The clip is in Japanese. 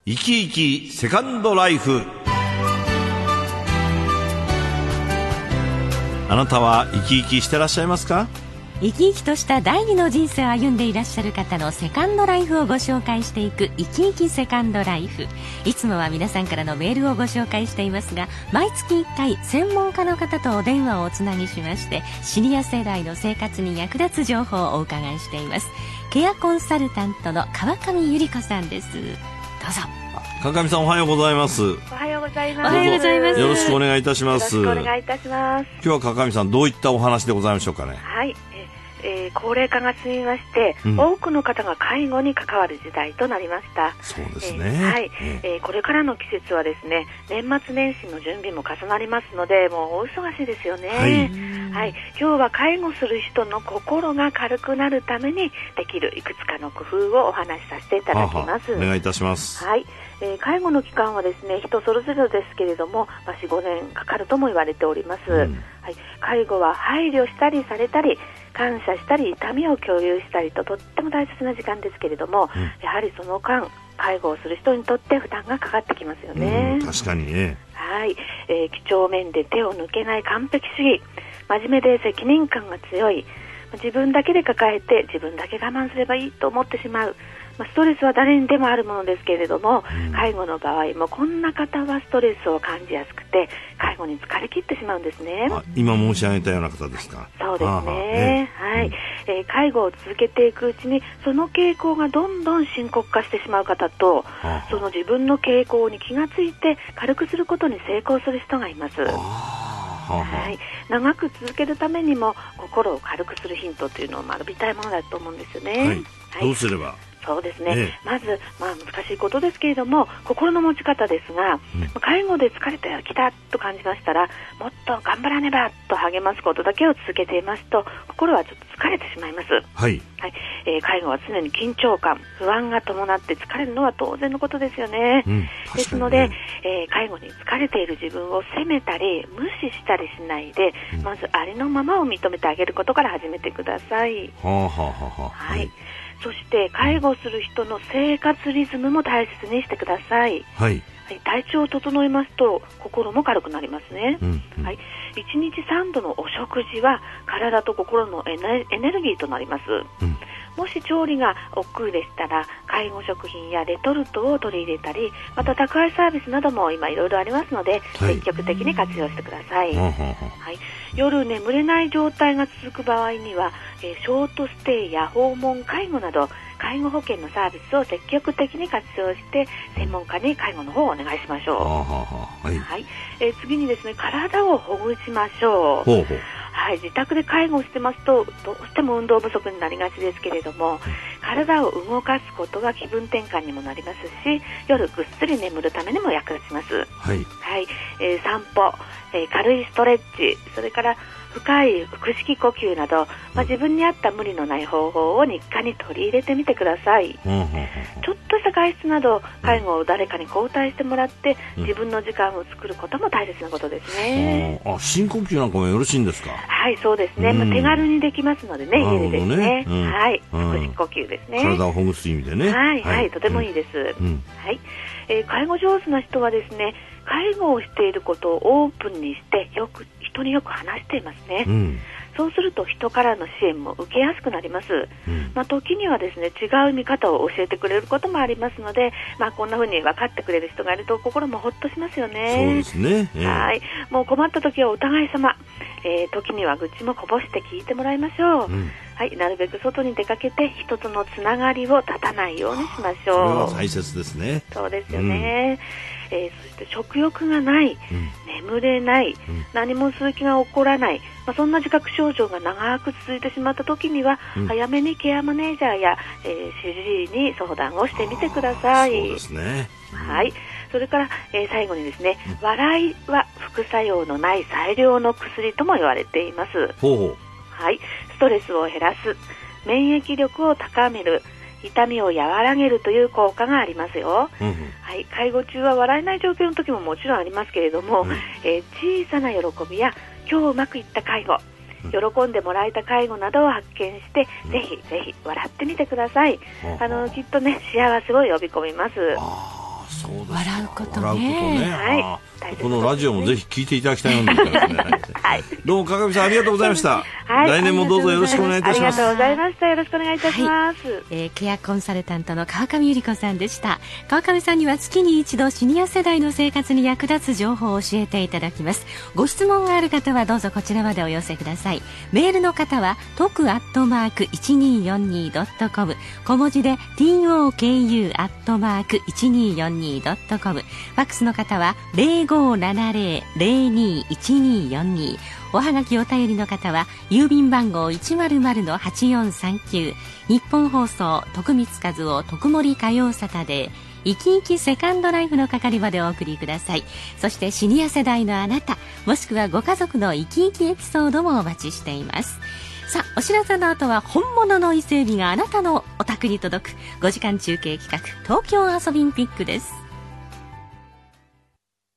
生き生きセカンドライフ。あなたは生き生きしてらっしゃいますか？ 生き生きとした第二の人生を歩んでいらっしゃる方のセカンドライフをご紹介していく生き生きセカンドライフ。いつもは皆さんからのメールをご紹介していますが、毎月1回専門家の方とお電話をおつなぎしまして、シニア世代の生活に役立つ情報をお伺いしています。ケアコンサルタントの川上由里子さんです。どうぞ。 川上さん、おはようございます。 おはようございます。 おはようございます。 よろしくお願いいたします。 よろしくお願いいたします。 今日は川上さん、どういったお話でございましょうかね。 はい、高齢化が進みまして、多くの方が介護に関わる時代となりました。 そうですね。 これからの季節はですね、年末年始の準備も重なりますので、もう大忙しいですよね。はい、今日は介護する人の心が軽くなるためにできるいくつかの工夫をお話しさせていただきます。 お願いいたします。 はい、介護の期間はですね、人それぞれですけれども、4、5年かかるとも言われております。はい、介護は配慮したりされたり、感謝したり、痛みを共有したりと、とっても大切な時間ですけれども、やはりその間介護をする人にとって負担がかかってきますよね。 確かにね。 はい、几帳面で手を抜けない完璧主義、真面目で責任感が強い、自分だけで抱えて自分だけ我慢すればいいと思ってしまう。ストレスは誰にでもあるものですけれども、介護の場合もこんな方はストレスを感じやすくて、介護に疲れ切ってしまうんですね。 今申し上げたような方ですか？ そうですね。はい、介護を続けていくうちに、その傾向がどんどん深刻化してしまう方と、その自分の傾向に気がついて軽くすることに成功する人がいます。はい、長く続けるためにも心を軽くするヒントというのを学びたいものだと思うんですよね。 どうすれば？ そうですね、まず、難しいことですけれども、心の持ち方ですが、介護で疲れてきたと感じましたら、もっと頑張らねばと励ますことだけを続けていますと、心はちょっと疲れてしまいます。介護は常に緊張感、不安が伴って疲れるのは当然のことですよね。ですので、介護に疲れている自分を責めたり無視したりしないで、まずありのままを認めてあげることから始めてください。そして介護する人の生活リズムも大切にしてください。体調を整えますと心も軽くなりますね。1日3度のお食事は体と心のエネルギーとなります。もし調理が億劫でしたら、介護食品やレトルトを取り入れたり、また宅配サービスなども今いろいろありますので、積極的に活用してください。夜眠れない状態が続く場合には、ショートステイや訪問介護など介護保険のサービスを積極的に活用して専門家に介護の方をお願いしましょう。次にですね、体をほぐしましょう。自宅で介護してますとどうしても運動不足になりがちですけれども、体を動かすことは気分転換にもなりますし、夜ぐっすり眠るためにも役立ちます。散歩、軽いストレッチ、それから深い腹式呼吸など、自分に合った無理のない方法を日課に取り入れてみてください。ちょっとした外出など介護を誰かに交代してもらって自分の時間を作ることも大切なことですね。 深呼吸なんかもよろしいんですか？ はい、そうですね。手軽にできますのでね、家でですね。腹式呼吸ですね。 体をほぐす意味でね。 とてもいいです。介護上手な人はですね、介護をしていることをオープンにして人によく話していますね。そうすると人からの支援も受けやすくなります。時にはですね、違う見方を教えてくれることもありますので、こんな風に分かってくれる人がいると心もほっとしますよね。 そうですね。 もう困った時はお互い様、時には愚痴もこぼして聞いてもらいましょう。なるべく外に出かけて人とのつながりを断たないようにしましょう。 それは大切ですね。 そうですよね。そして食欲がない、眠れない、何もする気が起こらない、そんな自覚症状が長く続いてしまった時には、早めにケアマネージャーや、主治医に相談をしてみてください。 そうですね。 それから、最後にですね、笑いは副作用のない最良の薬とも言われています。ストレスを減らす、免疫力を高める、痛みを和らげるという効果がありますよ。介護中は笑えない状況の時ももちろんありますけれども、小さな喜びや今日うまくいった介護、喜んでもらえた介護などを発見して、ぜひぜひ笑ってみてください。きっとね、幸せを呼び込みます。 そうですか。 笑うことね。 笑うことね。 はいこのラジオもぜひ聞いていただきたいもんですね。 はい、 どうも川上さんありがとうございました。 はい、 来年もどうぞよろしくお願いいたします。 ありがとうございました。よろしくお願いいたします。 ケアコンサルタントの川上由里子さんでした。川上さんには月に一度シニア世代の生活に役立つ情報を教えていただきます。ご質問がある方はどうぞこちらまでお寄せください。メールの方はtoku@1242.com、 小文字で toku@1242.com、 ファックスの方は0570-021242、おはがきお便りの方は郵便番号 100-8439、 日本放送徳光和夫徳森歌謡サタデー生き生きセカンドライフの係までお送りください。そしてシニア世代のあなた、もしくはご家族の生き生きエピソードもお待ちしています。さあ、お知らせの後は本物の伊勢海老があなたのお宅に届く5時間中継企画、東京アソビンピックです。